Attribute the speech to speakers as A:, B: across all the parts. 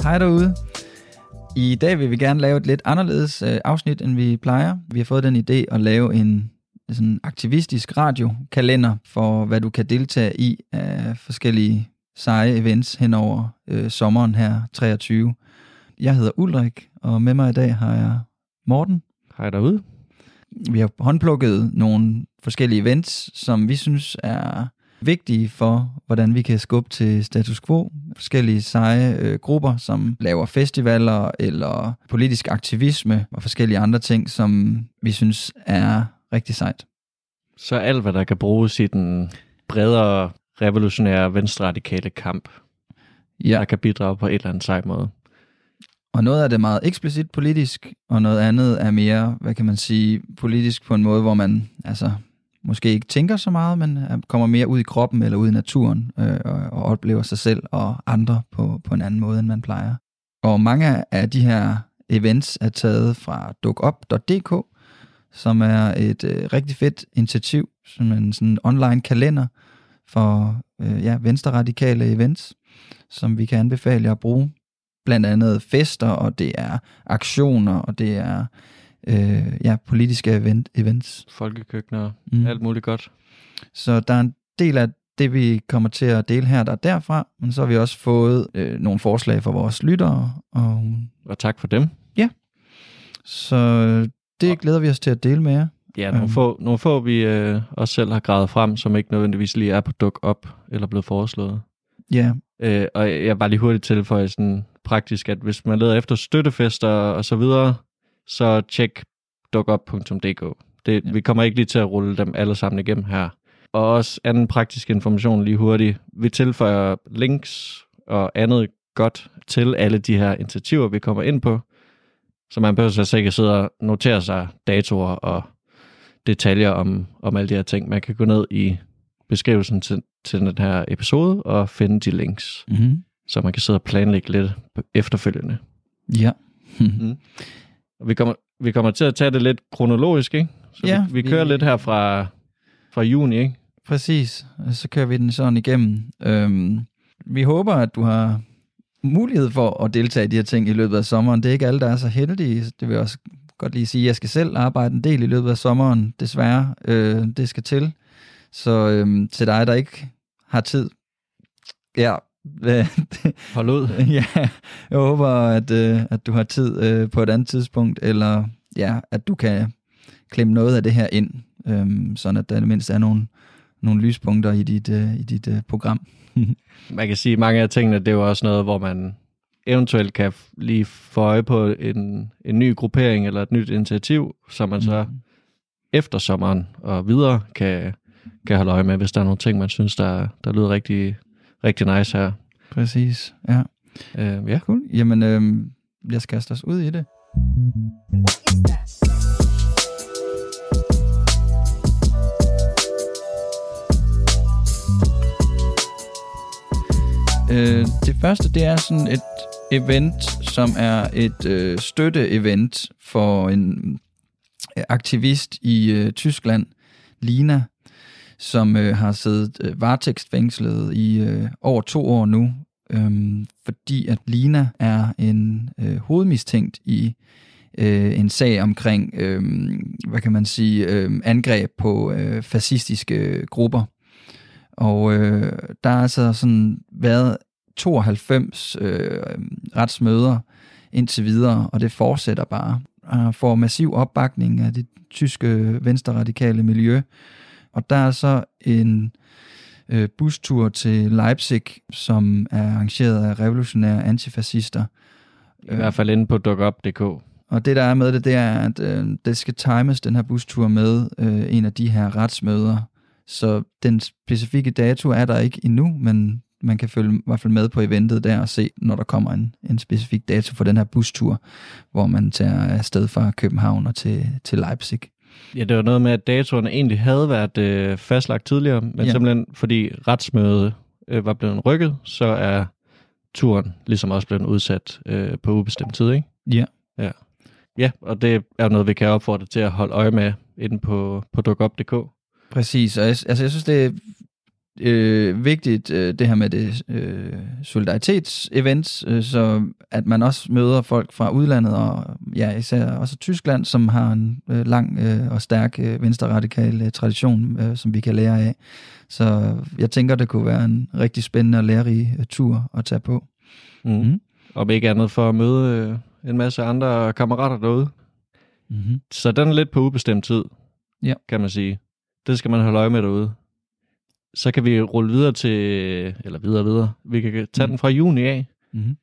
A: Hej derude. I dag vil vi gerne lave et lidt anderledes afsnit, end vi plejer. Vi har fået den idé at lave en sådan aktivistisk radiokalender for, hvad du kan deltage i af forskellige seje events hen over sommeren her 23. Jeg hedder Ulrik, og med mig i dag har jeg Morten.
B: Hej derude.
A: Vi har håndplukket nogle forskellige events, som vi synes er vigtige for, hvordan vi kan skubbe til status quo. Forskellige seje grupper, som laver festivaler eller politisk aktivisme og forskellige andre ting, som vi synes er rigtig sejt.
B: Så alt, hvad der kan bruges i den bredere, revolutionære, venstreradikale kamp, der kan bidrage på et eller andet sej måde.
A: Og noget af det er meget eksplicit politisk, og noget andet er mere, hvad kan man sige, politisk på en måde, hvor man måske ikke tænker så meget, men kommer mere ud i kroppen eller ud i naturen og oplever sig selv og andre på en anden måde, end man plejer. Og mange af de her events er taget fra dukup.dk, som er et rigtig fedt initiativ, som en sådan online kalender for venstreradikale events, som vi kan anbefale jer at bruge. Blandt andet fester, og det er aktioner, og det er politiske events.
B: Folkekøkkener, alt muligt godt.
A: Så der er en del af det, vi kommer til at dele her, der er derfra, men så har vi også fået nogle forslag fra vores lyttere.
B: Og tak for dem.
A: Ja, så det glæder vi os til at dele med jer.
B: Ja, nogle få vi også selv har gravet frem, som ikke nødvendigvis lige er på dukup eller blevet foreslået.
A: Ja.
B: Og jeg bare lige hurtigt tilføje sådan praktisk, at hvis man leder efter støttefester og så videre, så tjek dukup.dk. Vi kommer ikke lige til at rulle dem alle sammen igennem her. Og også anden praktisk information lige hurtigt. Vi tilføjer links og andet godt til alle de her initiativer, vi kommer ind på, så man behøver altså ikke sidde og notere sig datoer og detaljer om alle de her ting. Man kan gå ned i beskrivelsen til den her episode og finde de links, så man kan sidde og planlægge lidt efterfølgende.
A: Ja.
B: Og vi kommer til at tage det lidt kronologisk, ikke? Så ja, vi kører lidt her fra juni, ikke?
A: Præcis, så kører vi den sådan igennem. Vi håber, at du har mulighed for at deltage i de her ting i løbet af sommeren. Det er ikke alle, der er så heldige. Det vil jeg også godt lige sige. Jeg skal selv arbejde en del i løbet af sommeren, desværre. Det skal til. Så til dig, der ikke har tid,
B: hold ud.
A: Ja, jeg håber, at du har tid på et andet tidspunkt, eller at du kan klemme noget af det her ind, sådan at der i det mindste er nogle lyspunkter i dit program.
B: Man kan sige, at mange af tingene, det er jo også noget, hvor man eventuelt kan lige få øje på en ny gruppering eller et nyt initiativ, som man så efter sommeren og videre kan holde øje med, hvis der er nogle ting, man synes, der lyder rigtig, rigtig nice her.
A: Præcis, ja.
B: Ja.
A: Cool. Jamen, lad os kaste os ud i det. Det første, det er sådan et event, som er et støtte-event for en aktivist i Tyskland, Lina, som har siddet varetægtsfængslet i over 2 år nu, fordi at Lina er en hovedmistænkt i en sag omkring, angreb på fascistiske grupper. Og der har altså sådan været 92 retsmøder indtil videre, og det fortsætter bare. Og får massiv opbakning af det tyske venstreradikale miljø. Og der er så en bustur til Leipzig, som er arrangeret af revolutionære antifascister.
B: I hvert fald inde på dukup.dk.
A: Og det der er med det er, at det skal times, den her bustur, med en af de her retsmøder. Så den specifikke dato er der ikke endnu, men man kan følge i hvert fald med på eventet der og se, når der kommer en specifik dato for den her bustur, hvor man tager afsted fra København og til Leipzig.
B: Ja, det var noget med, at datoerne egentlig havde været fastlagt tidligere, men simpelthen fordi retsmødet var blevet rykket, så er turen ligesom også blevet udsat på ubestemt tid, ikke?
A: Ja.
B: Ja, og det er noget, vi kan opfordre til at holde øje med inde på dukup.dk.
A: Præcis, og jeg synes, det vigtigt, det her med det solidaritetsevents, så at man også møder folk fra udlandet, og ja, især også Tyskland, som har en lang og stærk venstreradikal tradition, som vi kan lære af. Så jeg tænker, det kunne være en rigtig spændende og lærerig tur at tage på.
B: Mm. Og ikke andet for at møde en masse andre kammerater derude.
A: Mm-hmm.
B: Så den er lidt på ubestemt tid, kan man sige. Det skal man holde øje med derude. Så kan vi rulle videre til, eller videre. Vi kan tage den fra juni af.
A: Mm-hmm.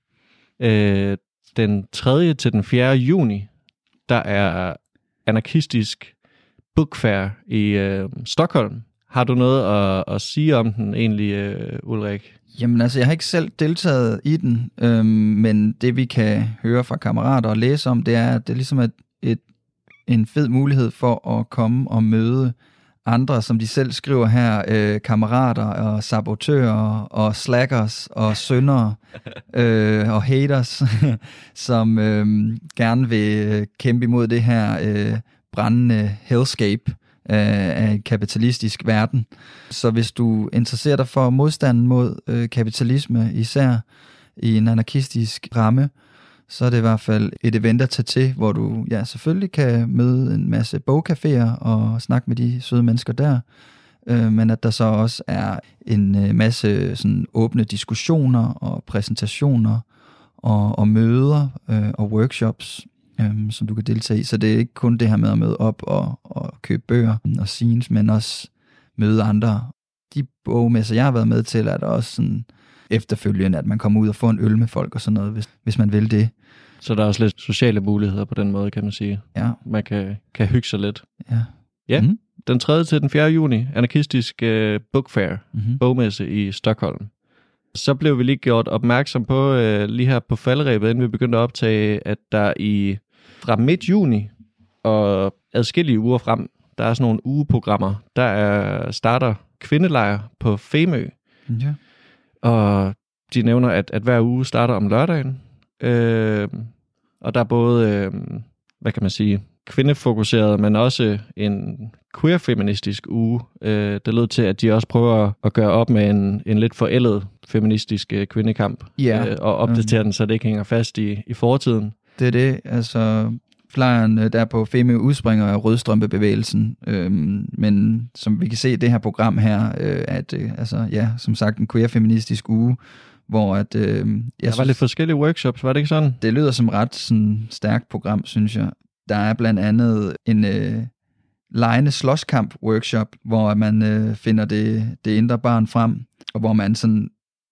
B: Den 3. til den 4. juni, der er anarkistisk book fair i Stockholm. Har du noget at sige om den egentlig, Ulrik?
A: Jamen altså, jeg har ikke selv deltaget i den, men det vi kan høre fra kammerater og læse om, det er, at det ligesom er en fed mulighed for at komme og møde andre, som de selv skriver her, kammerater og sabotører og slackers og syndere og haters, som gerne vil kæmpe imod det her brændende hellscape af en kapitalistisk verden. Så hvis du interesserer dig for modstanden mod kapitalisme, især i en anarkistisk ramme, så er det i hvert fald et event at tage til, hvor du selvfølgelig kan møde en masse bogcaféer og snakke med de søde mennesker der, men at der så også er en masse sådan åbne diskussioner og præsentationer og møder og workshops, som du kan deltage i. Så det er ikke kun det her med at møde op og købe bøger og scenes, men også møde andre. De bogmesser, jeg har været med til, er der også sådan efterfølgende, at man kommer ud og får en øl med folk og sådan noget, hvis man vil det.
B: Så der er også lidt sociale muligheder på den måde, kan man sige.
A: Ja.
B: Man kan hygge sig lidt.
A: Ja.
B: Mm-hmm. Den 3. til den 4. juni, anarkistisk book fair, bogmesse i Stockholm. Så blev vi lige gjort opmærksom på, lige her på falderebet, inden vi begyndte at optage, at der fra midt juni og adskillige uger frem, der er sådan nogle ugeprogrammer, starter kvindelejr på Femø.
A: Ja.
B: Og de nævner, at hver uge starter om lørdagen. Og der er både, hvad kan man sige, kvindefokuseret, men også en queer-feministisk uge. Det lød til, at de også prøver at gøre op med en lidt forældet feministisk kvindekamp. Og opdatere den, så det ikke hænger fast i fortiden.
A: Det er det. Altså, flejren der på Femø udspringer af rødstrømpebevægelsen. Men som vi kan se i det her program her, at som sagt en queer-feministisk uge, hvor at...
B: der var lidt forskellige workshops, var det ikke sådan?
A: Det lyder som ret sådan stærkt program, synes jeg. Der er blandt andet en legende slåskamp-workshop, hvor man finder det indre barn frem, og hvor man sådan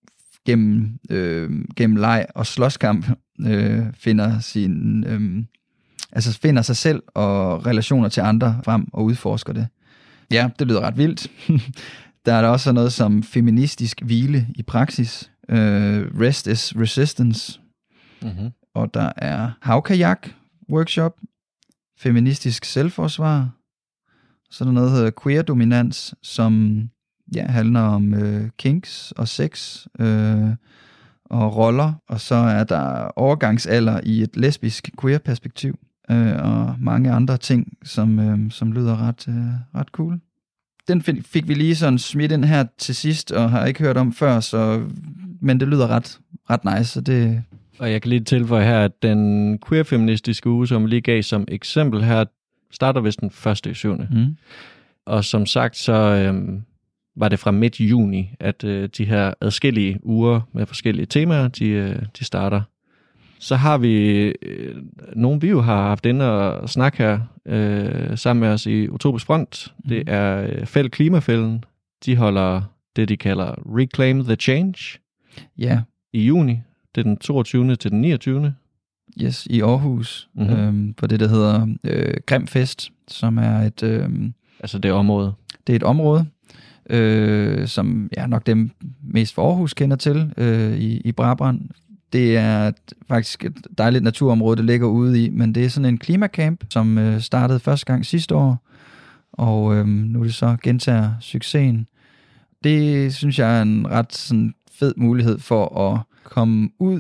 A: gennem leg og slåskamp finder finder sig selv og relationer til andre frem og udforsker det. Ja, det lyder ret vildt. Der er der også noget som feministisk hvile i praksis. Rest is resistance.
B: Mm-hmm.
A: Og der er havkajak workshop, feministisk selvforsvar, så er der noget, der hedder queer dominans, som handler om kinks og sex og roller, og så er der overgangsalder i et lesbisk queer perspektiv, og mange andre ting, som lyder ret cool. Den fik vi lige sådan smidt ind her til sidst, og har ikke hørt om før, men det lyder ret nice, så det...
B: Og jeg kan lige tilføje her, at den queer-feministiske uge, som lige gav som eksempel her, starter vist den 1.7.
A: Mm.
B: Og som sagt, så var det fra midt juni, at de her adskillige uger med forskellige temaer, de starter. Så har vi nogle, vi jo har haft inde og snakke her sammen med os i Utopisk Front. Det er Fæld Klimafælden. De holder det, de kalder Reclaim the Change i juni. Det er den 22. til den 29.
A: Yes, i Aarhus, på det, der hedder Grimfest, som er et...
B: altså det område.
A: Det er et område, som nok dem mest for Aarhus kender til, i Brabrand. Det er faktisk et dejligt naturområde, det ligger ude i, men det er sådan en klimacamp, som startede første gang sidste år, og nu er det så gentager succesen. Det synes jeg er en ret sådan fed mulighed for at komme ud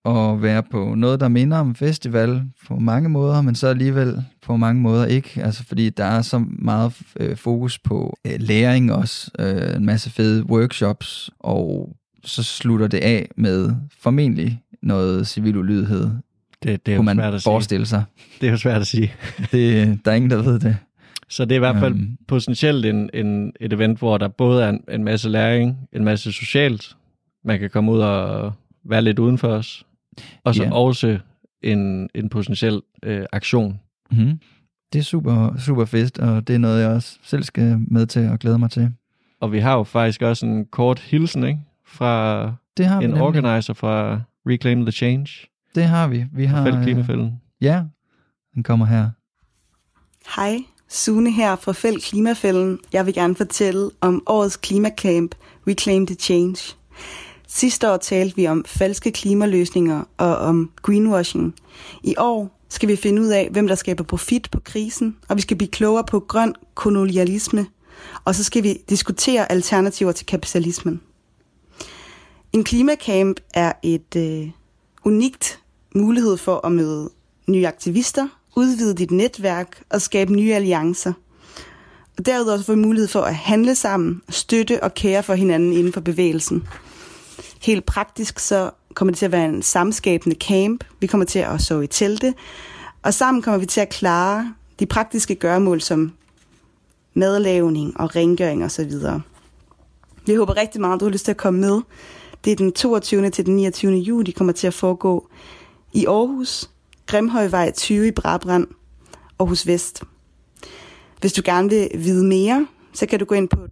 A: at være på noget, der minder om festival på mange måder, men så alligevel på mange måder ikke. Altså fordi der er så meget fokus på læring også, en masse fede workshops, og så slutter det af med formentlig noget civil ulydighed.
B: Det er
A: kunne man
B: svært at
A: forestille sig.
B: Det er jo svært at sige.
A: Der er ingen, der ved det.
B: Så det er i hvert fald potentielt et event, hvor der både er en masse læring, en masse socialt, man kan komme ud og være lidt uden for os, og så også en potentiel aktion.
A: Mm-hmm. Det er super, super fedt, og det er noget, jeg også selv skal med til og glæde mig til.
B: Og vi har jo faktisk også en kort hilsen, ikke? Fra en organizer fra Reclaim the Change.
A: Det har vi. Vi har
B: Felt Klimafælden.
A: Ja, den kommer her.
C: Hej, Sune her fra Felt Klimafælden. Jeg vil gerne fortælle om årets klimacamp Reclaim the Change. Sidste år talte vi om falske klimaløsninger og om greenwashing. I år skal vi finde ud af, hvem der skaber profit på krisen, og vi skal blive klogere på grøn kolonialisme, og så skal vi diskutere alternativer til kapitalismen. En klimacamp er et unikt mulighed for at møde nye aktivister, udvide dit netværk og skabe nye alliancer. Og derudover får vi mulighed for at handle sammen, støtte og kære for hinanden inden for bevægelsen. Helt praktisk så kommer det til at være en samskabende camp. Vi kommer til at sove i telte, og sammen kommer vi til at klare de praktiske gøremål som madlavning og rengøring osv. Vi håber rigtig meget, at du har lyst til at komme med. Det er den 22. til den 29. juli, kommer til at foregå i Aarhus, Grimhøjvej 20 i Brabrand, Aarhus Vest. Hvis du gerne vil vide mere, så kan du gå ind på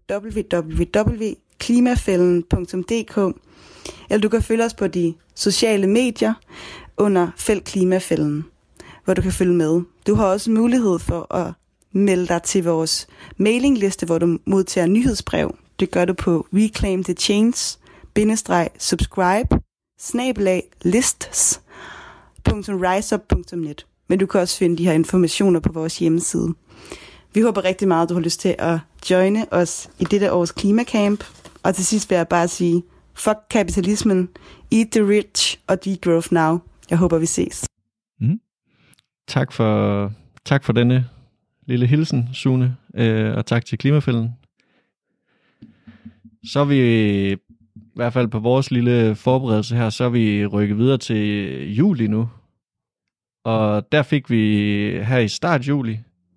C: www.klimafælden.dk, eller du kan følge os på de sociale medier under Felt Klimafælden, hvor du kan følge med. Du har også mulighed for at melde dig til vores mailingliste, hvor du modtager nyhedsbrev. Det gør du på reclaimthechange-subscribe-lists.riseup.net. Men du kan også finde de her informationer på vores hjemmeside. Vi håber rigtig meget, at du har lyst til at joine os i dette års klimacamp. Og til sidst vil jeg bare sige, fuck kapitalismen, eat the rich og degrowth now. Jeg håber, vi ses.
B: Mm. Tak for denne lille hilsen, Sune, og tak til Klimafælden. Så er vi i hvert fald på vores lille forberedelse her, så er vi rykket videre til juli nu. Og der fik vi her i start juli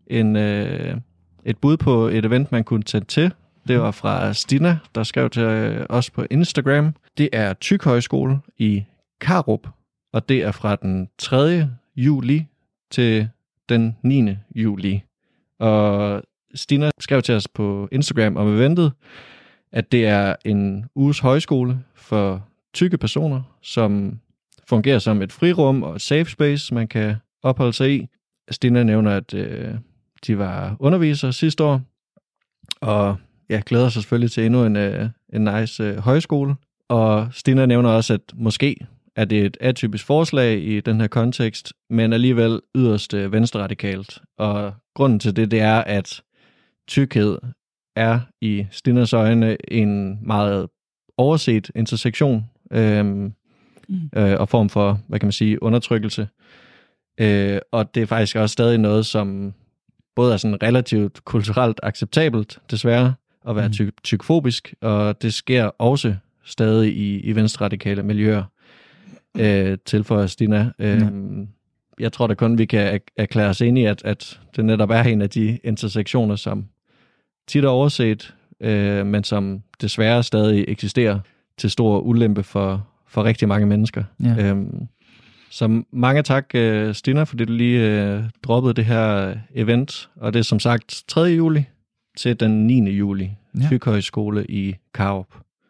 B: et bud på et event, man kunne tage til. Det var fra Stina, der skrev til os på Instagram. Det er Tyk Højskole i Karup, og det er fra den 3. juli til den 9. juli. Og Stina skrev til os på Instagram om eventet, at det er en uges højskole for tykke personer, som fungerer som et frirum og et safe space, man kan opholde sig i. Stina nævner, at de var undervisere sidste år, og jeg glæder sig selvfølgelig til endnu en nice højskole. Og Stina nævner også, at måske er det et atypisk forslag i den her kontekst, men alligevel yderst venstreradikalt. Og grunden til det er, at tykkhed er i Stinas øjne en meget overset intersektion og form for, hvad kan man sige, undertrykkelse. Og det er faktisk også stadig noget, som både er sådan relativt kulturelt acceptabelt, desværre, at være tykfobisk, og det sker også stadig i venstreradikale miljøer, tilføjer Stina. Jeg tror da kun, vi kan erklære os enige, at det netop er en af de intersektioner, som tit er overset, men som desværre stadig eksisterer til stor ulempe for rigtig mange mennesker. Ja. Så mange tak, Stina, fordi du lige droppede det her event, og det er som sagt 3. juli til den 9. juli, Tyk Højskole i Karup.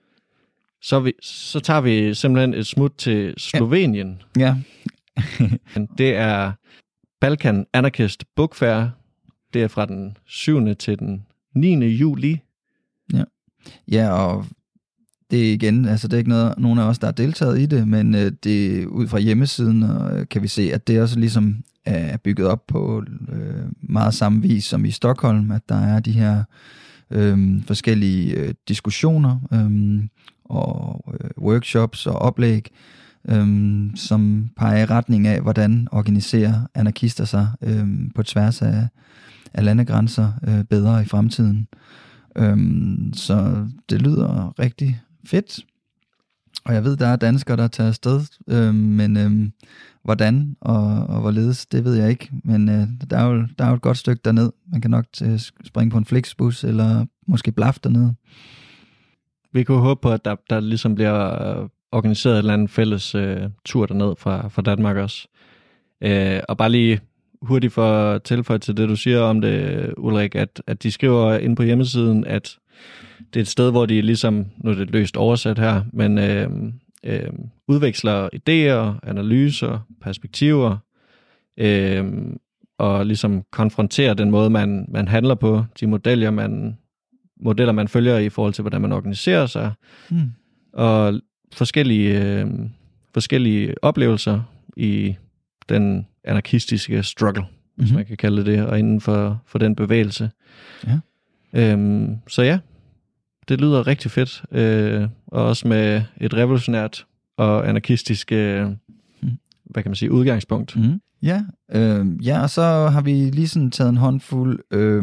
B: Så tager vi simpelthen et smut til Slovenien.
A: Ja.
B: Det er Balkan Anarchist Book Fair. Det er fra den 7. til den 9. juli.
A: Ja, og det er igen, altså det er ikke nogen af os, der har deltaget i det, men det ud fra hjemmesiden kan vi se, at det også ligesom er bygget op på meget samme vis som i Stockholm, at der er de her forskellige diskussioner og workshops og oplæg, som peger i retning af, hvordan organiserer anarkister sig på tværs af landegrænser bedre i fremtiden. Så det lyder rigtig fedt. Og jeg ved, der er danskere, der tager afsted, men hvordan og hvorledes, det ved jeg ikke. Men der er jo et godt stykke derned. Man kan nok springe på en Flixbus, eller måske blaf derned.
B: Vi kunne håbe på, at der ligesom bliver organiseret et eller andet fælles tur derned fra Danmark også. Og bare lige hurtigt for at tilføje til det, du siger om det, Ulrik, at de skriver ind på hjemmesiden, at det er et sted, hvor de ligesom, nu er det løst oversat her, men udveksler idéer, analyser, perspektiver, og ligesom konfronterer den måde, man handler på, de modeller, man følger i forhold til, hvordan man organiserer sig, og forskellige oplevelser i den anarkistiske struggle, hvis man kan kalde det, og inden for den bevægelse.
A: Ja.
B: Så ja, det lyder rigtig fedt, og også med et revolutionært og anarkistisk, hvad kan man sige, udgangspunkt.
A: Ja, og så har vi lige sådan taget en håndfuld,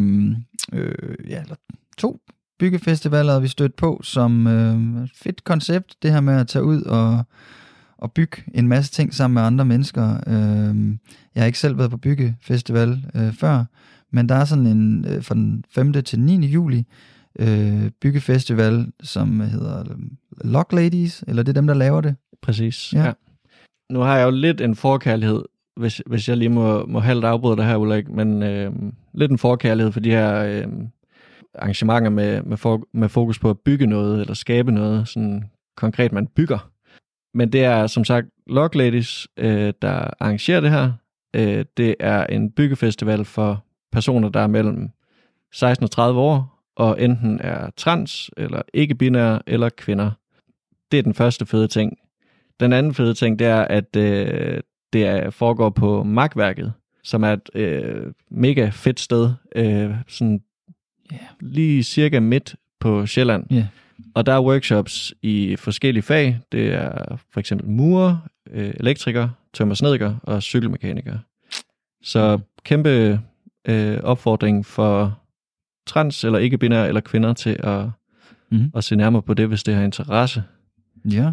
A: eller 2 byggefestivaler, vi stødt på som fedt koncept, det her med at tage ud og bygge en masse ting sammen med andre mennesker. Jeg har ikke selv været på byggefestival før, men der er sådan en fra den 5. til 9. juli byggefestival, som hedder Lock Ladies, eller det er dem, der laver det.
B: Præcis, ja. Nu har jeg jo lidt en forkærlighed, hvis jeg lige må halvt afbryde det her, Ulrik, men lidt en forkærlighed for de her arrangementer med fokus på at bygge noget, eller skabe noget, sådan konkret man bygger. Men det er som sagt Lock Ladies, der arrangerer det her. Det er en byggefestival for personer, der er mellem 16 og 30 år, og enten er trans, eller ikke-binære, eller kvinder. Det er den første fede ting. Den anden fede ting, det er, at det foregår på Makværket, som er et mega fedt sted, sådan lige cirka midt på Sjælland.
A: Yeah. Og
B: der er workshops i forskellige fag. Det er for eksempel murer, elektriker, tømmersnedker og cykelmekaniker. Så kæmpe opfordring for trans eller ikke-binære eller kvinder til at se nærmere på det, hvis det har interesse.
A: Ja.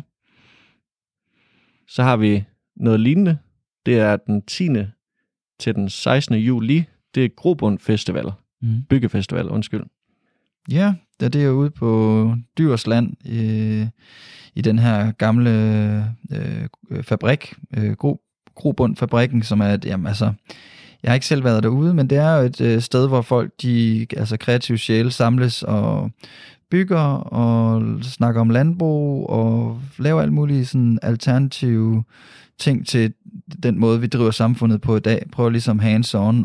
B: Så har vi noget lignende. Det er den 10. til den 16. juli. Det er Grobund Festival. Byggefestival, undskyld.
A: Ja, det er ude på Djursland i den her gamle fabrik, Grobund-fabrikken, som er jeg har ikke selv været derude, men det er jo et sted, hvor folk, kreative sjæle, samles og bygger og snakker om landbrug og laver alt muligt sådan alternative ting til den måde, vi driver samfundet på i dag. Prøver ligesom hands-on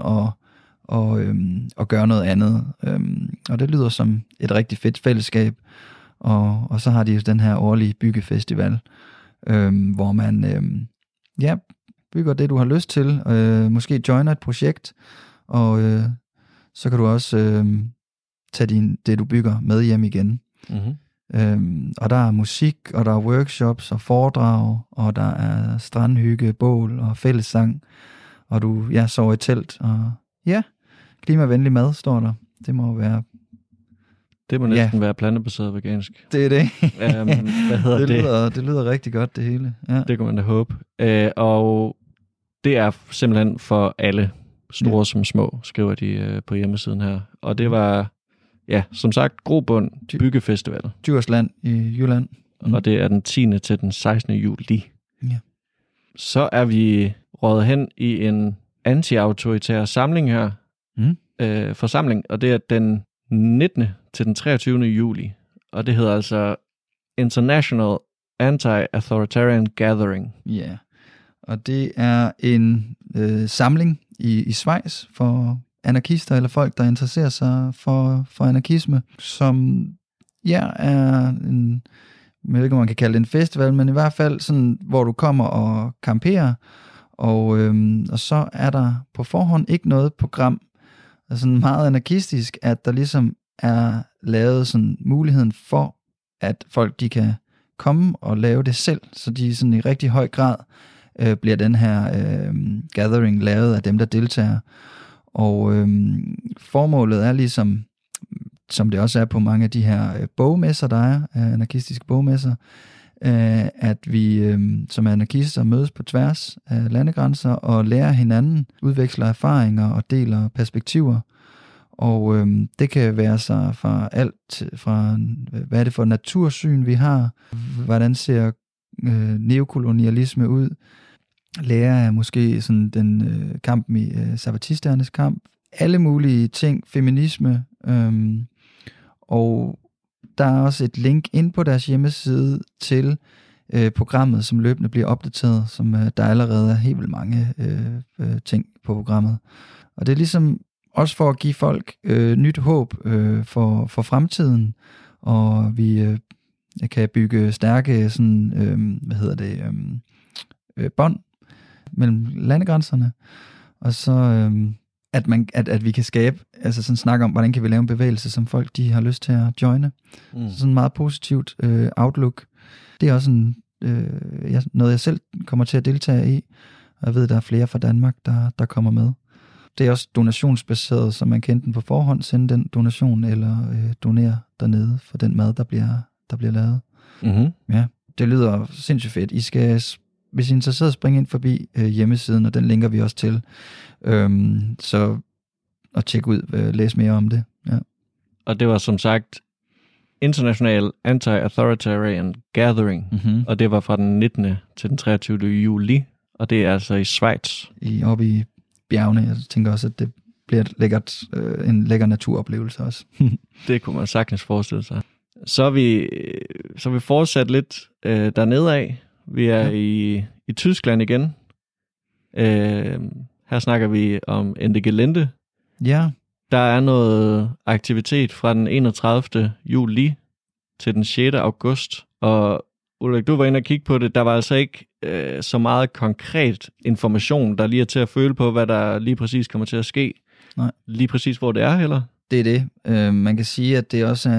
A: og gøre noget andet. Og det lyder som et rigtig fedt fællesskab. Og så har de jo den her årlige byggefestival, hvor man bygger det, du har lyst til. Måske joiner et projekt, og så kan du også tage det, du bygger, med hjem igen. Og der er musik, og der er workshops og foredrag, og der er strandhygge, bål og fællessang, og du sover i telt, og klimavenlig mad, står der. Det må være...
B: Det må næsten være plantebaseret vegansk.
A: Det er det.
B: Hvad hedder det?
A: Det lyder rigtig godt, det hele. Ja.
B: Det kan man da håbe. Og det er simpelthen for alle, store som små, skriver de på hjemmesiden her. Og det var, som sagt, Grobund Byggefestival.
A: Djursland i Jylland.
B: Og det er den 10. til den 16. juli.
A: Ja.
B: Så er vi røget hen i en anti-autoritær samling her. Forsamling, og det er den 19. til den 23. juli. Og det hedder altså International Anti-Authoritarian Gathering.
A: Ja, og det er en samling i Schweiz for anarkister eller folk, der interesserer sig for anarkisme, som er en, jeg ved ikke, om man kan kalde det en festival, men i hvert fald sådan, hvor du kommer og camperer, og så er der på forhånd ikke noget program, altså meget anarkistisk, at der ligesom er lavet sådan muligheden for, at folk de kan komme og lave det selv, så de sådan i rigtig høj grad bliver den her gathering lavet af dem, der deltager. Og formålet er ligesom, som det også er på mange af de her bogmesser, der er, anarkistiske bogmesser, at vi som anarkister mødes på tværs af landegrænser og lærer hinanden, udveksler erfaringer og deler perspektiver. Og det kan være så fra alt, fra hvad er det for natursyn vi har, hvordan ser neokolonialisme ud, lære af måske sådan den kampen i zapatisternes kamp, alle mulige ting, feminisme, og der er også et link ind på deres hjemmeside til programmet, som løbende bliver opdateret, som der allerede er helt vildt mange ting på programmet. Og det er ligesom også for at give folk nyt håb for fremtiden, og vi kan bygge stærke sådan, bånd mellem landegrænserne, og så at vi kan skabe, altså sådan snakke om, hvordan kan vi lave en bevægelse, som folk de har lyst til at joine. Så sådan meget positivt outlook. Det er også noget, jeg selv kommer til at deltage i, og jeg ved, der er flere fra Danmark, der kommer med. Det er også donationsbaseret, så man kan enten på forhånd sende den donation, eller donere dernede for den mad, der bliver lavet. Mm-hmm. Ja, det lyder sindssygt fedt. I skal, hvis I er interesseret, springe ind forbi hjemmesiden, og den linker vi også til. Så og tjek ud, læs mere om det. Ja.
B: Og det var som sagt International Anti-Authoritarian Gathering, og det var fra den 19. til den 23. juli, og det er altså i Schweiz.
A: Oppe i bjergene. Jeg tænker også, at det bliver en lækker naturoplevelse også.
B: Det kunne man sagtens forestille sig. Så er vi fortsat lidt dernede af. Vi er i Tyskland igen. Her snakker vi om Ende Gelände.
A: Ja.
B: Der er noget aktivitet fra den 31. juli til den 6. august. Og Ulrik, du var inde og kigge på det. Der var altså ikke så meget konkret information, der lige er til at føle på, hvad der lige præcis kommer til at ske.
A: Nej.
B: Lige præcis, hvor det er heller.
A: Det er det. Man kan sige, at det også er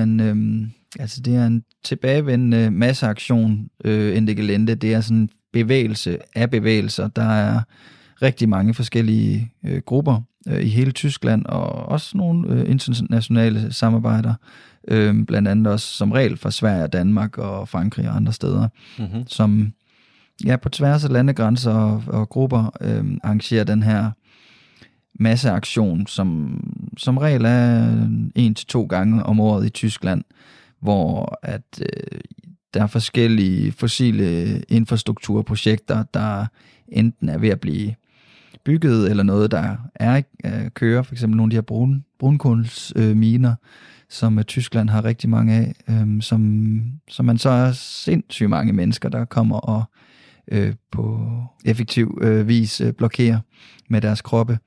A: en tilbagevendende masseaktion, Ende Gelände. Det er sådan en bevægelse af bevægelser. Der er rigtig mange forskellige grupper i hele Tyskland, og også nogle internationale samarbejder, blandt andet også som regel fra Sverige, Danmark og Frankrig og andre steder, som på tværs af landegrænser og grupper arrangerer den her masseaktion, som regel er 1-2 gange om året i Tyskland, hvor at der er forskellige fossile infrastrukturprojekter, der enten er ved at blive bygget, eller noget, der kører, for eksempel nogle af de her brunkulsminer, som Tyskland har rigtig mange af, som man så er sindssygt mange mennesker, der kommer og på effektiv vis blokerer med deres kroppe.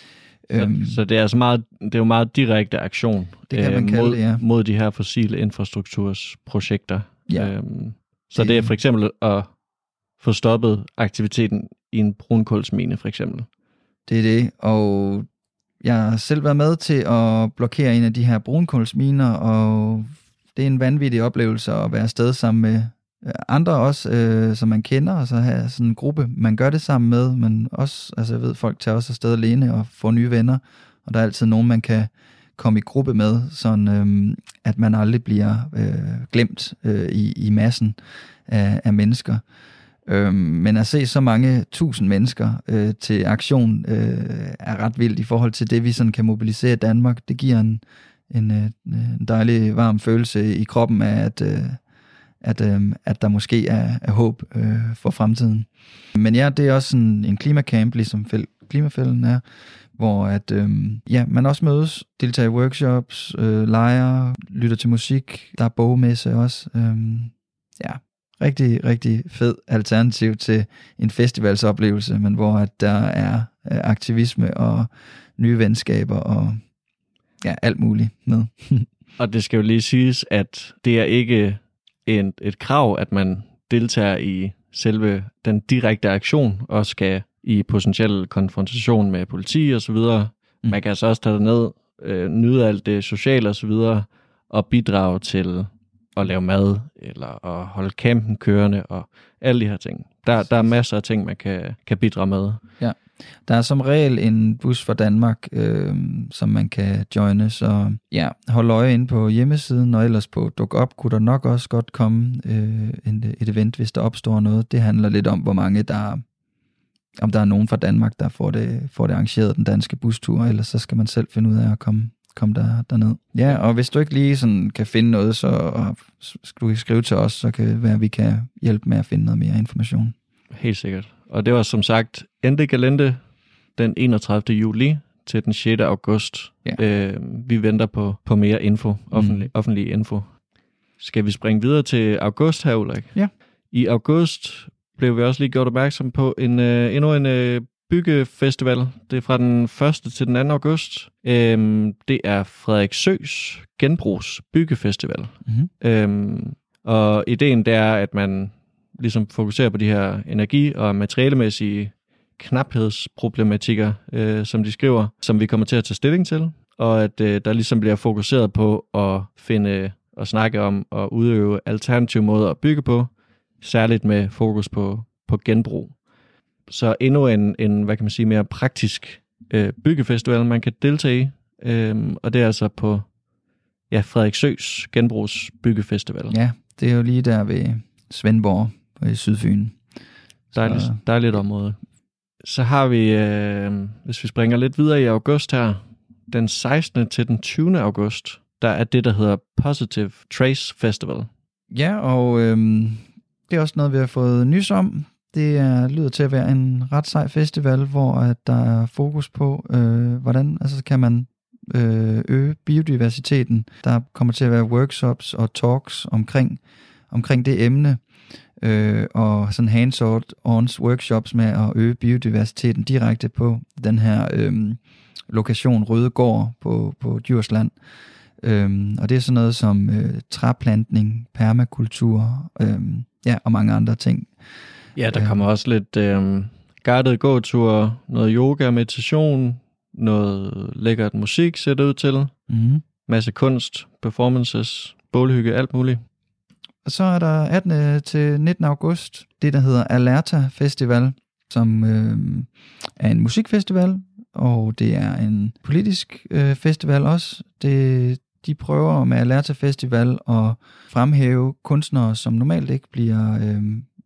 B: Så det er altså det er jo meget direkte aktion
A: det kan man kalde det,
B: mod de her fossile infrastruktursprojekter.
A: Ja.
B: Så det er for eksempel at få stoppet aktiviteten i en brunkulsmine, for eksempel.
A: Det er det, og jeg har selv været med til at blokere en af de her brunkulsminer, og det er en vanvittig oplevelse at være afsted sammen med andre også, som man kender, og så have sådan en gruppe, man gør det sammen med, men også, altså jeg ved, folk tager også afsted alene og får nye venner, og der er altid nogen, man kan komme i gruppe med, sådan at man aldrig bliver glemt i massen af mennesker. Men at se så mange tusind mennesker til aktion er ret vildt i forhold til det, vi sådan kan mobilisere i Danmark. Det giver en dejlig varm følelse i kroppen af, at der måske er håb for fremtiden. Men ja, det er også en klimacamp, ligesom Klimafælden er, hvor at man også mødes, deltager i workshops, leger, lytter til musik, der er bogmesse også. Rigtig, rigtig fed alternativ til en festivalsoplevelse, men hvor at der er aktivisme og nye venskaber og alt muligt med.
B: Og det skal jo lige siges, at det er ikke et krav, at man deltager i selve den direkte aktion og skal i potentiel konfrontation med politi og så videre. Man kan altså også tage ned, nyde alt det sociale og så videre og bidrage til at lave mad, eller at holde campen kørende, og alle de her ting. Der er masser af ting, man kan bidrage med.
A: Ja, der er som regel en bus for Danmark, som man kan joine, så ja, hold øje inde på hjemmesiden, og ellers på DukUp kunne der nok også godt komme et event, hvis der opstår noget. Det handler lidt om, hvor mange om der er nogen fra Danmark, der får det arrangeret, den danske bustur, ellers så skal man selv finde ud af at komme derned. Ja, og hvis du ikke lige sådan kan finde noget, så skal du skrive til os, så kan det være, at vi kan hjælpe med at finde noget mere information.
B: Helt sikkert. Og det var som sagt Ente Galente den 31. juli til den 6. august. Ja. Vi venter på mere info, offentlig info. Skal vi springe videre til august her, Ulrik?
A: Ja.
B: I august blev vi også lige gjort opmærksom på endnu en byggefestival. Det er fra den 1. til den 2. august. Det er Frederiksøs Genbrugs Byggefestival. Mm-hmm. Og ideen det er, at man ligesom fokuserer på de her energi- og materialemæssige knaphedsproblematikker, som de skriver, som vi kommer til at tage stilling til, og at der ligesom bliver fokuseret på at finde og snakke om at udøve alternative måder at bygge på, særligt med fokus på genbrug. Så endnu en hvad kan man sige, mere praktisk byggefestival, man kan deltage i, og det er altså på Frederiksøs Genbrugs Byggefestival.
A: Ja, det er jo lige der ved Svendborg i Sydfyn.
B: Dejligt område. Så har vi, hvis vi springer lidt videre i august her, den 16. til den 20. august, der er det, der hedder Positive Trace Festival.
A: Ja, og det er også noget, vi har fået nys om. Det lyder til at være en ret sej festival, hvor at der er fokus på, hvordan kan man øge biodiversiteten. Der kommer til at være workshops og talks omkring det emne, og sådan hands-on workshops med at øge biodiversiteten direkte på den her lokation Rødegård på Djursland. Og det er sådan noget som træplantning, permakultur, og mange andre ting.
B: Ja, der kommer også lidt guided gåture, noget yoga, meditation, noget lækkert musik, ser det ud til. Mm-hmm. Masse kunst, performances, bålhygge, alt muligt.
A: Og så er der 18. til 19. august, det der hedder Alerta Festival, som er en musikfestival, og det er en politisk festival også. De prøver med Alerta Festival at fremhæve kunstnere, som normalt ikke bliver,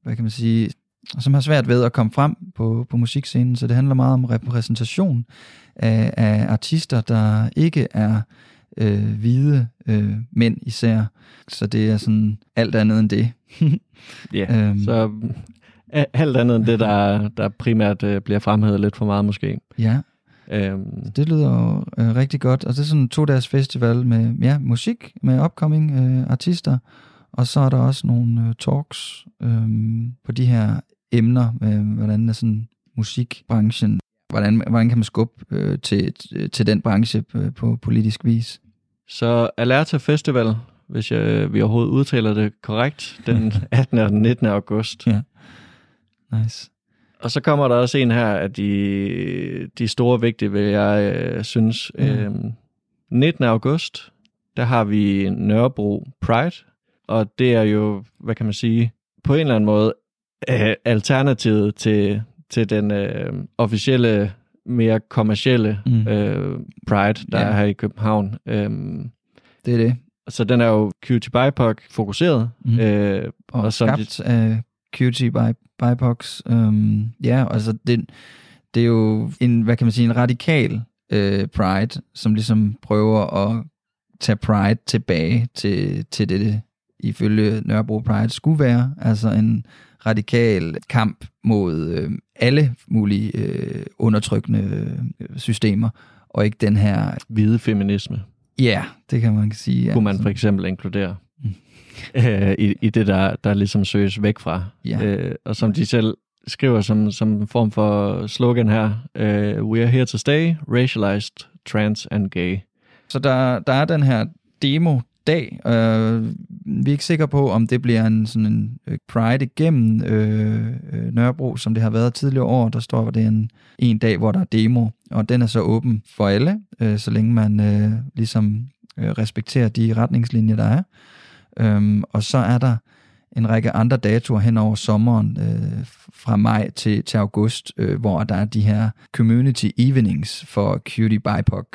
A: som har svært ved at komme frem på musikscenen. Så det handler meget om repræsentation af artister, der ikke er hvide mænd især. Så det er sådan alt andet end det.
B: Ja, så alt andet end det, der primært bliver fremhævet lidt for meget måske.
A: Ja, det lyder jo rigtig godt. Og det er sådan en 2-dages festival med musik, med upcoming artister. Og så er der også nogle talks på de her emner, hvordan er sådan musikbranchen, hvordan kan man skubbe til den branche på politisk vis.
B: Så Alerta Festival, hvis vi overhovedet udtaler det korrekt, den 18. og den 19. august.
A: Ja, nice.
B: Og så kommer der også en her af de store vigtige, vil jeg synes. 19. august, der har vi Nørrebro Pride, og det er jo, hvad kan man sige, på en eller anden måde alternativet til den officielle, mere kommercielle Pride, der er her i København.
A: Det er det.
B: Så den er jo Cutie BIPOC fokuseret.
A: Og skabt af Cutie BIPOCs. Altså det er jo en radikal Pride, som ligesom prøver at tage Pride tilbage til det ifølge Nørrebro Pride skulle være. Altså en radikal kamp mod alle mulige undertrykkende systemer, og ikke den her
B: hvide feminisme.
A: Ja, det kan man sige.
B: Kunne man for eksempel inkludere i det, der ligesom søges væk fra.
A: Ja.
B: Og som de selv skriver som en form for slogan her, we are here to stay, racialized, trans and gay.
A: Så der er den her demo-dag. Vi er ikke sikre på, om det bliver en Pride igennem Nørrebro, som det har været tidligere år. Der står, at det er en dag, hvor der er demo, og den er så åben for alle, så længe man ligesom respekterer de retningslinjer, der er. Og så er der en række andre datoer hen over sommeren, fra maj til august, hvor der er de her community evenings for Cutie BIPOC,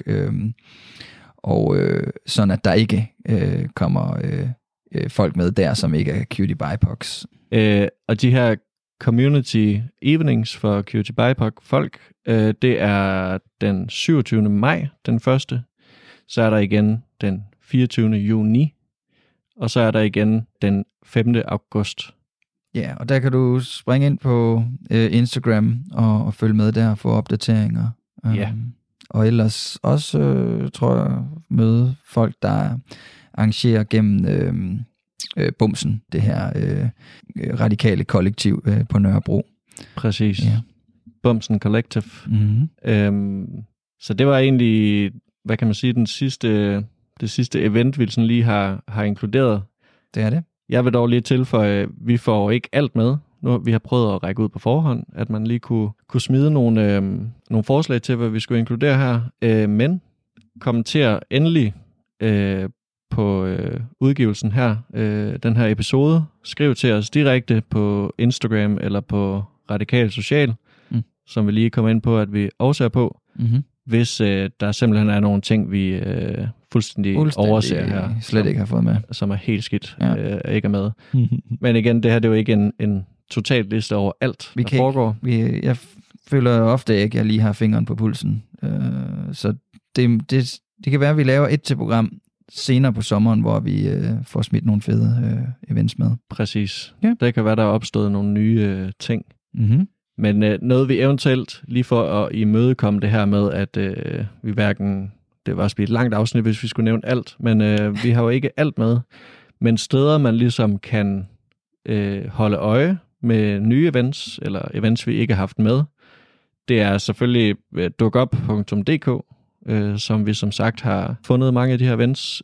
A: og sådan at der ikke kommer folk med der, som ikke er Cutie BIPOCs.
B: Og de her community evenings for Cutie BIPOC folk, det er den 27. maj, den første. Så er der igen den 24. juni, og så er der igen den 5. august.
A: Ja, og der kan du springe ind på Instagram og følge med der og få opdateringer.
B: Ja.
A: Og ellers også, tror jeg, møde folk, der arrangerer gennem Bumsen, det her radikale kollektiv på Nørrebro.
B: Præcis.
A: Ja.
B: Bumsen Collective.
A: Mm-hmm.
B: Så det var egentlig, hvad kan man sige, det sidste event, vi sådan lige har inkluderet.
A: Det er det.
B: Jeg vil dog lige tilføje, vi får ikke alt med. Nu vi har prøvet at række ud på forhånd, at man lige kunne smide nogle forslag til, hvad vi skulle inkludere her. Men kommenter endelig på udgivelsen her, den her episode. Skriv til os direkte på Instagram eller på Radikal Social, som vi lige kommer ind på, at vi også er på.
A: Mm-hmm.
B: Hvis der simpelthen er nogle ting, vi fuldstændig overser her.
A: Slet ikke har fået med.
B: Som er helt skidt, ikke er med. Men igen, det her det er jo ikke en total liste over alt, der foregår.
A: Jeg føler ofte ikke, at jeg lige har fingeren på pulsen. Så det kan være, at vi laver et til program senere på sommeren, hvor vi får smidt nogle fede events med.
B: Præcis.
A: Ja.
B: Det kan være, der er opstået nogle nye ting.
A: Mm-hmm.
B: Men noget vi eventuelt, lige for at imødekomme det her med, at vi hverken, det var også blive et langt afsnit, hvis vi skulle nævne alt, men vi har jo ikke alt med. Men steder, man ligesom kan holde øje med nye events, eller events, vi ikke har haft med, det er selvfølgelig dukup.dk, som vi som sagt har fundet mange af de her events.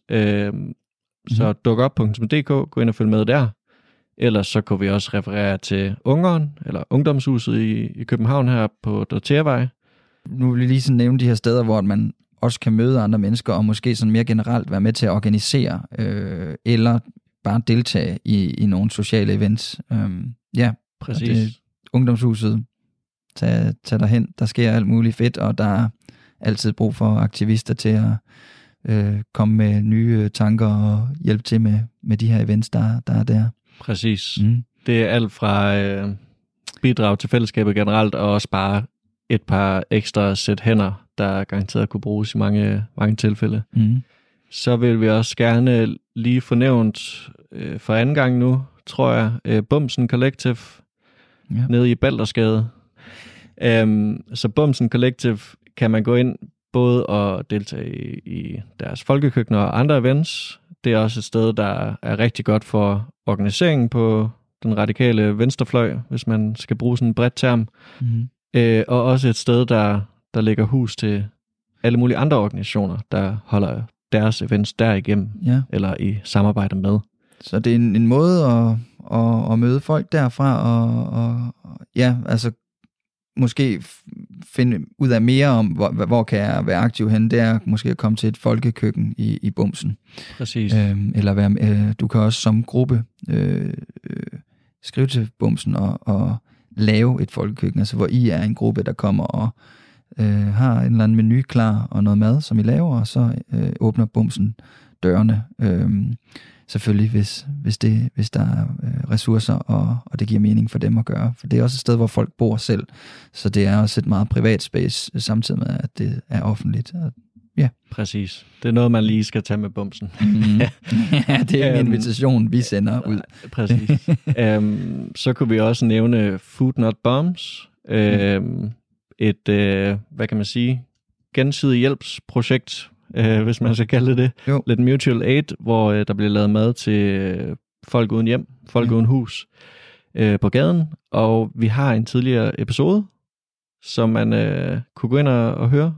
B: Så dukup.dk, gå ind og følg med der. Ellers så kunne vi også referere til Ungeren, eller Ungdomshuset i København her på Dortervej.
A: Nu vil jeg lige sådan nævne de her steder, hvor man også kan møde andre mennesker, og måske sådan mere generelt være med til at organisere, eller bare deltage i nogle sociale events. Ja,
B: præcis.
A: Ungdomshuset, tag derhen, der sker alt muligt fedt, og der er altid brug for aktivister til at komme med nye tanker og hjælpe til med de her events, der er der.
B: Præcis. Det er alt fra bidrag til fællesskabet generelt, og også bare et par ekstra sæt hænder, der garanteret kunne bruges i mange tilfælde. Så vil vi også gerne lige få nævnt for anden gang nu, tror jeg, Bumsen Collective nede i Baldersgade. Så Bumsen Collective kan man gå ind både og deltage i deres folkekøkkener og andre events. Det er også et sted, der er rigtig godt for organiseringen på den radikale venstrefløj, hvis man skal bruge sådan en bredt term. Og også et sted, der lægger hus til alle mulige andre organisationer, der holder deres events derigennem, eller i samarbejde med.
A: Så det er en måde at møde folk derfra, og altså måske finde ud af mere om, hvor kan jeg være aktiv henne. Det er måske at komme til et folkekøkken i Bumsen.
B: Præcis.
A: Eller du kan også som gruppe skrive til Bumsen og lave et folkekøkken, altså hvor I er en gruppe, der kommer og har en eller anden menu klar og noget mad, som I laver, og så åbner Bumsen dørene. Selvfølgelig, hvis der er ressourcer, og det giver mening for dem at gøre. For det er også et sted, hvor folk bor selv, så det er også et meget privat space, samtidig med, at det er offentligt. Ja.
B: Præcis. Det er noget, man lige skal tage med Bumsen.
A: Ja, det er en invitation, vi sender ud.
B: Præcis. Så kunne vi også nævne Food Not Bombs. Et, hvad kan man sige, gensidig hjælpsprojekt, hvis man skal kalde det. Lidt mutual aid, hvor der bliver lavet mad til folk uden hjem, folk uden hus på gaden. Og vi har en tidligere episode, som man kunne gå ind og høre,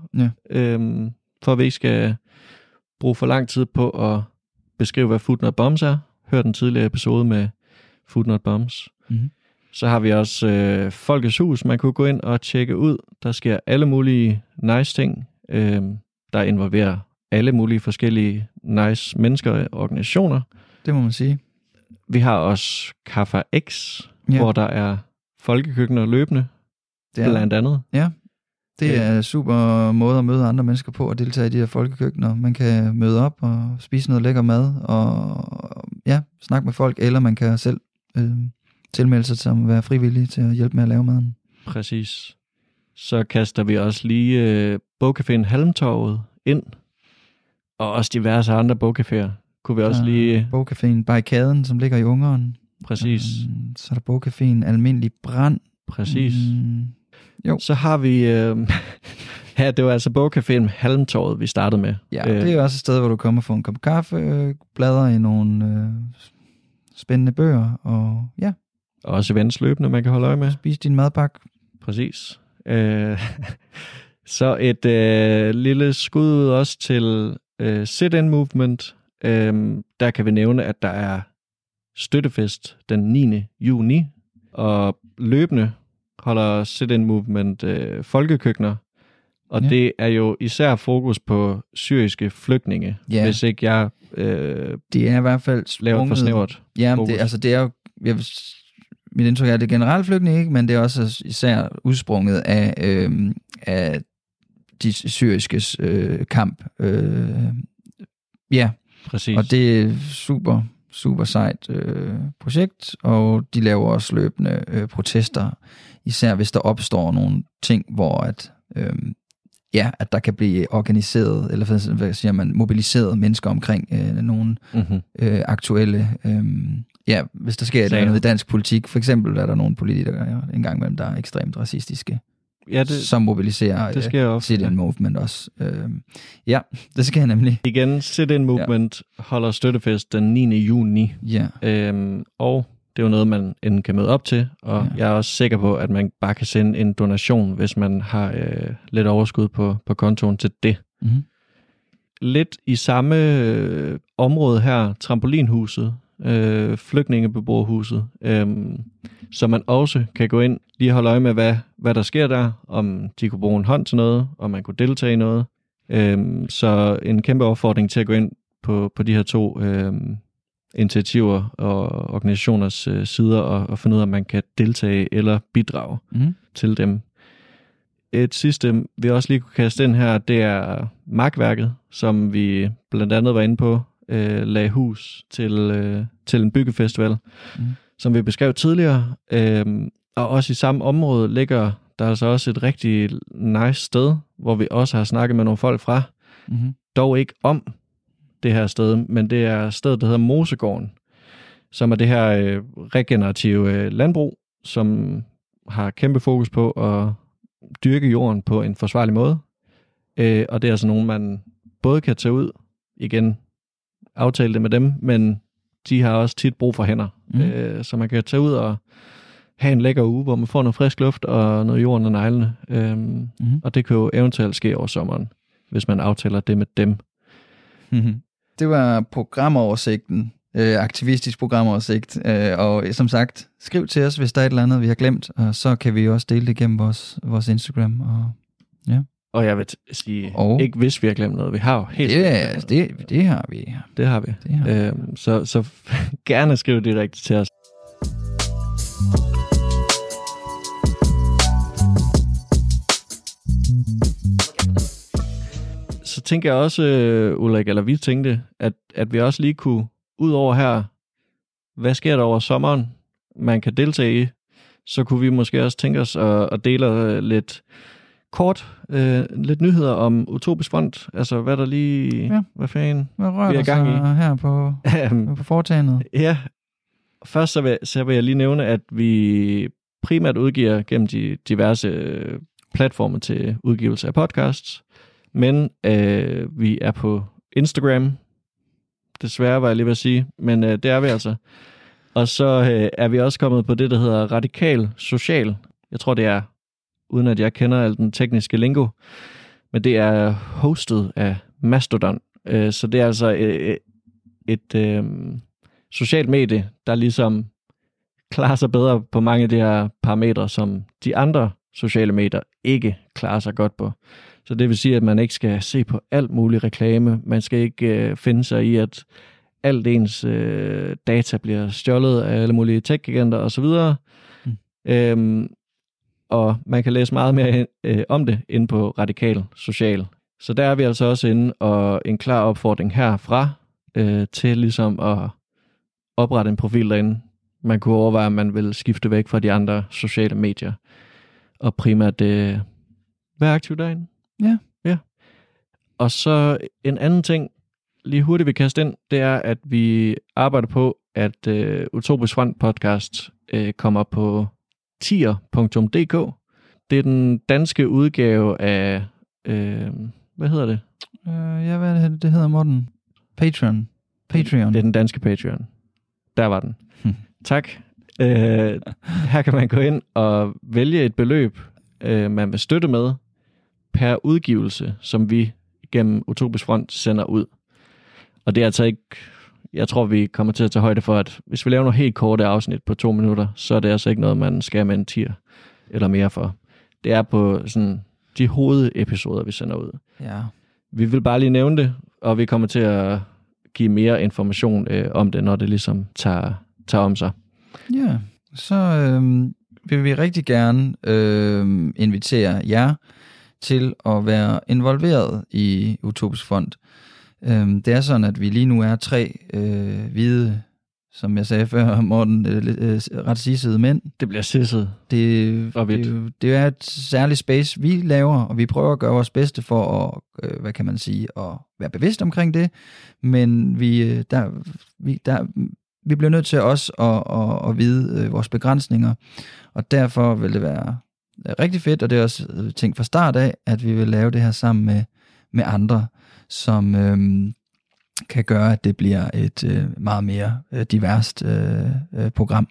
B: for at vi ikke skal bruge for lang tid på at beskrive, hvad Food Not Bombs er. Hør den tidligere episode med Food Not Bombs. Så har vi også Folkets Hus, man kunne gå ind og tjekke ud. Der sker alle mulige nice ting, der involverer alle mulige forskellige nice mennesker og organisationer.
A: det må man sige.
B: Vi har også Kaffa X, hvor der er folkekøkkener løbende, blandt andet.
A: Ja, det er super måde at møde andre mennesker på og deltage i de her folkekøkkener. Man kan møde op og spise noget lækker mad og snakke med folk, eller man kan selv tilmelde sig som at være frivillig til at hjælpe med at lave maden.
B: Præcis. Så kaster vi også lige bogcaféen Halmtorvet ind, og også diverse andre bogcaféer. Kunne vi også lige...
A: Bogcaféen Barrikaden, som ligger i Ungeren.
B: Præcis.
A: Så er der bogcaféen Almindelig Brand.
B: Præcis.
A: Jo.
B: Så har vi... her, det var altså bogcaféen Halmtorvet, vi startede med.
A: Ja, det er også et sted, hvor du kommer for en kop kaffe, bladrer i nogle spændende bøger, og ja.
B: Og også events løbende, man kan holde øje med.
A: Spis din madpakke.
B: Præcis. Så et lille skud ud også til Sit-in Movement. Der kan vi nævne, at der er støttefest den 9. juni, og løbende holder Sit-in Movement folkekøkkener, og det er jo især fokus på syriske flygtninge, hvis ikke jeg
A: det er i hvert fald
B: laver for snævert.
A: Ja, det er jo, mit indtryk er, at det er generelt flygtninge, ikke, men det er også især udsprunget af de syriskes kamp.
B: Præcis.
A: Og det er super sejt projekt, og de laver også løbende protester, især hvis der opstår nogle ting, hvor at der kan blive organiseret, eller hvad siger man, mobiliseret mennesker omkring nogle aktuelle, hvis der sker et eller andet i dansk politik. For eksempel er der nogle politikere en gang imellem, der er ekstremt racistiske, som mobiliserer Sit-in Movement også. Det sker nemlig.
B: Igen, Sit-in Movement holder støttefest den 9. juni. Og det er jo noget, man enten kan møde op til, og jeg er også sikker på, at man bare kan sende en donation, hvis man har lidt overskud på kontoen til det.
A: Mm-hmm.
B: Lidt i samme område her, trampolinhuset, flygtningebeboerhuset, så man også kan gå ind, lige holde øje med, hvad der sker der, om de kunne bruge en hånd til noget, om man kunne deltage i noget. Så en kæmpe opfordring til at gå ind på de her to initiativer og organisationers sider og finde ud af, om man kan deltage eller bidrage til dem. Et sidste, vi også lige kunne kaste ind her, det er Markværket, som vi blandt andet var inde på, lagde hus til en byggefestival, som vi beskrev tidligere. Og også i samme område ligger der altså også et rigtig nice sted, hvor vi også har snakket med nogle folk fra. Dog ikke om det her sted, men det er stedet, der hedder Mosegården, som er det her regenerative landbrug, som har kæmpe fokus på at dyrke jorden på en forsvarlig måde. Og det er altså nogen, man både kan tage ud, igen aftale det med dem, men de har også tit brug for hænder. Så man kan tage ud og have en lækker uge, hvor man får noget frisk luft og noget jorden og neglene. Og det kan jo eventuelt ske over sommeren, hvis man aftaler det med dem.
A: Det var programoversigten, aktivistisk programoversigt, og som sagt, skriv til os, hvis der er et eller andet, vi har glemt, og så kan vi også dele det gennem vores Instagram.
B: Og jeg vil sige, ikke hvis vi har glemt noget, vi har jo helt...
A: Det har vi.
B: Det har vi. Så gerne skriv direkte til os. Så tænker jeg også, Ulrik, eller vi tænkte, at vi også lige kunne, ud over her, hvad sker der over sommeren, man kan deltage i, så kunne vi måske også tænke os at dele lidt kort, lidt nyheder om Utopisk Front, altså hvad der lige, hvad fanden
A: vi er i gang i her på foretagendet.
B: Ja, først så vil jeg lige nævne, at vi primært udgiver gennem de diverse platforme til udgivelse af podcasts, men vi er på Instagram, desværre var jeg lige ved at sige, men det er vi altså. Og så er vi også kommet på det, der hedder Radikal Social. Jeg tror, det er, uden at jeg kender al den tekniske lingo, men det er hostet af Mastodon. Så det er altså et socialt medie, der ligesom klarer sig bedre på mange af de her parametre, som de andre sociale medier ikke klarer sig godt på. Så det vil sige, at man ikke skal se på alt muligt reklame. Man skal ikke finde sig i, at alt ens data bliver stjålet af alle mulige tech-giganter osv. Og man kan læse meget mere om det inde på Radikal Social. Så der er vi altså også inde, og en klar opfordring herfra til ligesom at oprette en profil derinde. Man kunne overveje, at man vil skifte væk fra de andre sociale medier, og primært være aktiv derinde.
A: Ja.
B: Og så en anden ting, lige hurtigt vi kaster ind, det er, at vi arbejder på, at Utopisk Front podcast kommer på tier.dk. Det er den danske udgave af, hvad hedder det?
A: Det hedder, Morten? Patreon.
B: Det er den danske Patreon. Der var den. Tak. Her kan man gå ind og vælge et beløb, man vil støtte med per udgivelse, som vi gennem Utopisk Front sender ud. Og det er altså ikke... Jeg tror, vi kommer til at tage højde for, at hvis vi laver nogle helt korte afsnit på 2 minutter, så er det altså ikke noget, man skal med en tier eller mere for. Det er på sådan de hovedepisoder, vi sender ud.
A: Ja. Vi
B: vil bare lige nævne det, og vi kommer til at give mere information om det, når det ligesom tager om sig.
A: Ja, så vil vi rigtig gerne invitere jer til at være involveret i Utopisk Front. Det er sådan, at vi lige nu er 3 hvide, som jeg sagde før, Morten, ret sissede mænd.
B: Det bliver sisset.
A: Det er et særligt space, vi laver, og vi prøver at gøre vores bedste for at, hvad kan man sige, at være bevidst omkring det. Men vi bliver nødt til også at vide vores begrænsninger, og derfor vil det være rigtig fedt, og det er også tænkt fra start af, at vi vil lave det her sammen med andre, som kan gøre, at det bliver et meget mere diverst program.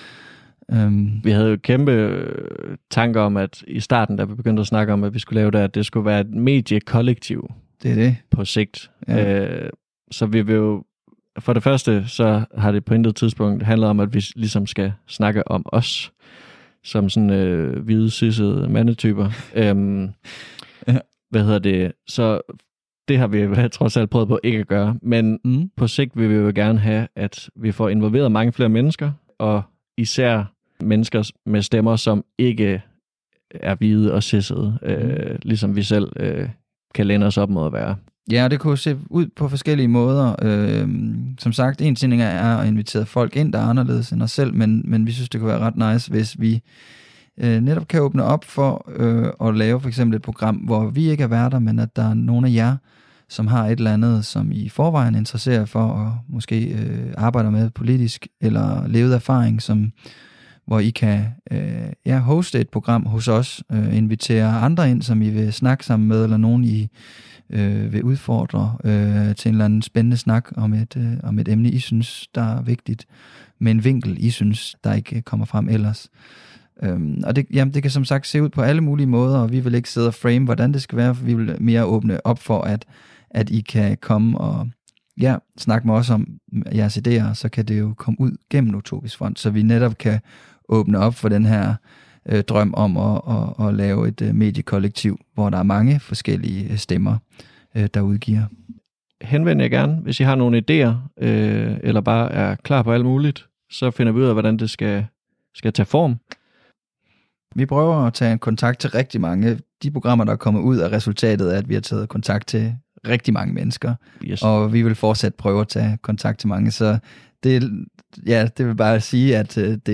B: Vi havde jo kæmpe tanker om, at i starten, da vi begyndte at snakke om, at vi skulle lave det, at det skulle være et mediekollektiv.
A: Det er det.
B: På sigt.
A: Ja.
B: Så vi vil jo, for det første, så har det på intet tidspunkt handlet om, at vi ligesom skal snakke om os, som sådan hvide, sissede mandetyper. Hvad hedder det? Så det har vi trods alt prøvet på ikke at gøre, men på sigt vil vi jo gerne have, at vi får involveret mange flere mennesker, og især mennesker med stemmer, som ikke er hvide og sissede, ligesom vi selv kan læne os op mod at være.
A: Ja, det kunne se ud på forskellige måder. Som sagt, en ting er at invitere folk ind, der er anderledes end os selv, men vi synes, det kunne være ret nice, hvis vi netop kan åbne op for at lave for eksempel et program, hvor vi ikke er værter, men at der er nogle af jer, som har et eller andet, som I forvejen interesserer for, og måske arbejder med politisk, eller levet erfaring, hvor I kan hoste et program hos os, invitere andre ind, som I vil snakke sammen med, eller nogen I vil udfordre til en eller anden spændende snak om et emne, I synes, der er vigtigt, med en vinkel, I synes, der ikke kommer frem ellers. Og det kan som sagt se ud på alle mulige måder, og vi vil ikke sidde og frame, hvordan det skal være, for vi vil mere åbne op for, at I kan komme og snakke med os om jeres idéer, så kan det jo komme ud gennem Utopisk Front, så vi netop kan åbne op for den her drøm om at lave et mediekollektiv, hvor der er mange forskellige stemmer, der udgiver.
B: Henvend jer gerne, hvis I har nogle idéer, eller bare er klar på alt muligt, så finder vi ud af, hvordan det skal tage form.
A: Vi prøver at tage en kontakt til rigtig mange. De programmer, der er kommet ud af resultatet, er, at vi har taget kontakt til rigtig mange mennesker. Yes. Og vi vil fortsat prøve at tage kontakt til mange. Så det vil bare sige, at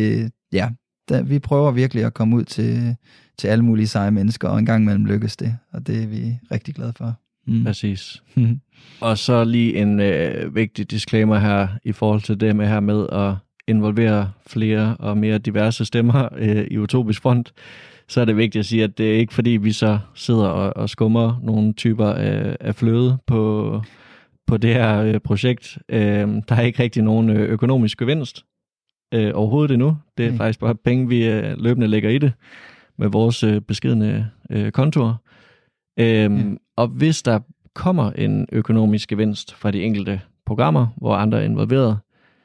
A: vi prøver virkelig at komme ud til alle mulige seje mennesker, og en gang imellem lykkes det. Og det er vi rigtig glade for.
B: Præcis. Og så lige en vigtig disclaimer her, i forhold til det med at involvere flere og mere diverse stemmer i Utopisk Front, så er det vigtigt at sige, at det er ikke fordi, vi så sidder og skummer nogle typer af fløde på det her projekt. Der er ikke rigtig nogen økonomisk gevinst overhovedet endnu. Det er faktisk bare penge, vi løbende lægger i det med vores beskedne kontor. Og hvis der kommer en økonomisk gevinst fra de enkelte programmer, hvor andre er involveret,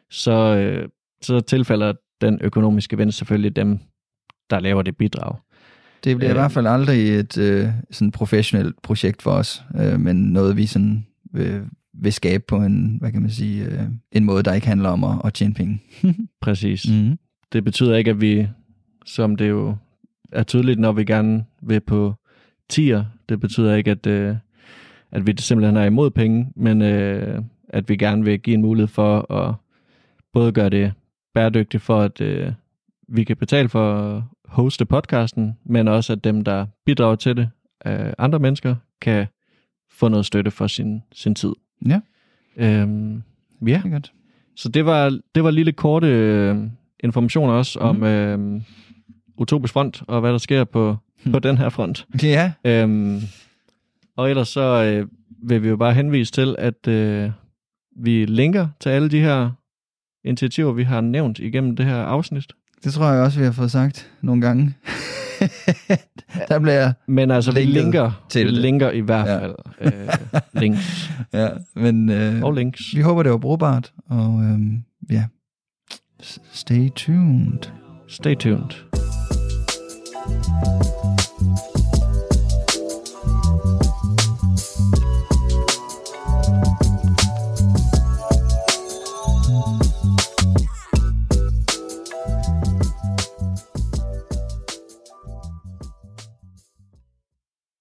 B: så tilfælder den økonomiske gevinst selvfølgelig dem, der laver det bidrag.
A: Det bliver i hvert fald aldrig et sådan professionelt projekt for os, men noget vi sådan vil skabe på en, hvad kan man sige, en måde, der ikke handler om at tjene penge.
B: Præcis. Mm-hmm. Det betyder ikke, at vi, som det jo er tydeligt, når vi gerne vil på tier, det betyder ikke, at vi simpelthen er imod penge, men at vi gerne vil give en mulighed for at både gøre det bæredygtigt for, at vi kan betale for at hoste podcasten, men også at dem, der bidrager til det, andre mennesker, kan få noget støtte for sin tid.
A: Ja.
B: Ja.
A: Det er godt.
B: Så det var lille korte informationer også om Utopisk Front, og hvad der sker på den her front.
A: Ja.
B: Og ellers så vil vi jo bare henvise til, at vi linker til alle de her initiativer, vi har nævnt igennem det her afsnit.
A: Det tror jeg også, vi har fået sagt nogle gange. Der bliver
B: men altså, vi
A: til
B: linker i hvert fald links.
A: Ja, men
B: og links.
A: Vi håber, det var brugbart, og ja, stay tuned.
B: Stay tuned.